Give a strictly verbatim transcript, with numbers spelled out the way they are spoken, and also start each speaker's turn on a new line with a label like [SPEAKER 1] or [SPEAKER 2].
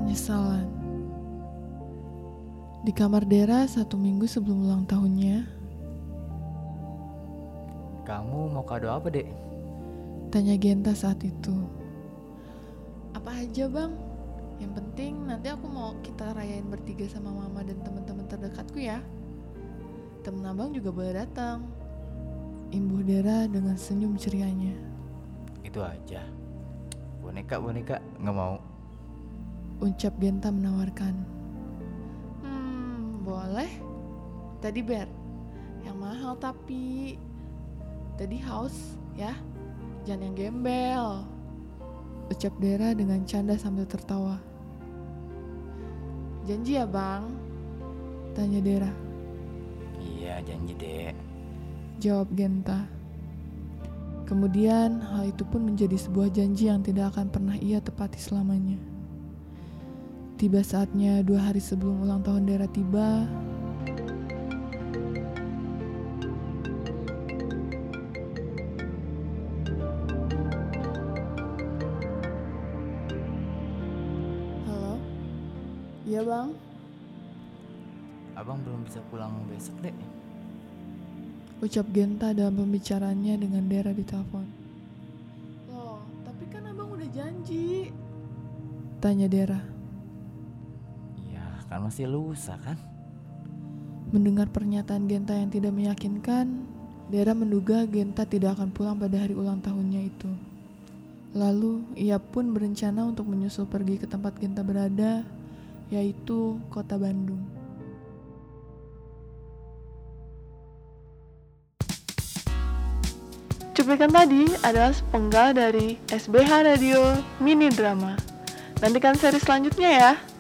[SPEAKER 1] Penyesalan. Di kamar Dera satu minggu sebelum ulang tahunnya,
[SPEAKER 2] Kamu mau kado apa, Dek?
[SPEAKER 1] tanya Genta saat itu. Apa aja bang? Yang penting nanti aku mau kita rayain bertiga sama mama dan teman-teman terdekatku ya. Temen abang juga boleh datang, imbuh Dera dengan senyum cerianya.
[SPEAKER 2] Itu aja. Boneka-boneka nggak mau.
[SPEAKER 1] Ucap Genta menawarkan. Hmm, boleh. Teddy bear, yang mahal tapi. Teddy house ya, jangan yang gembel. Ucap Dera dengan canda sambil tertawa. Janji ya bang? Tanya Dera.
[SPEAKER 2] Iya, janji, Dek.
[SPEAKER 1] Jawab Genta. Kemudian hal itu pun menjadi sebuah janji yang tidak akan pernah ia tepati selamanya. Tiba saatnya dua hari sebelum ulang tahun Dera tiba. Halo? Iya bang?
[SPEAKER 2] Abang belum bisa pulang besok, Dek.
[SPEAKER 1] Ucap Genta dalam pembicaraannya dengan Dera di telepon. Loh, tapi kan abang udah janji. Tanya Dera.
[SPEAKER 2] Iya, kan masih lusa kan?
[SPEAKER 1] Mendengar pernyataan Genta yang tidak meyakinkan, Dera menduga Genta tidak akan pulang pada hari ulang tahunnya itu. Lalu, ia pun berencana untuk menyusul pergi ke tempat Genta berada, yaitu kota Bandung. Cuplikan tadi adalah sepenggal dari S B H Radio Mini Drama. Nantikan seri selanjutnya ya.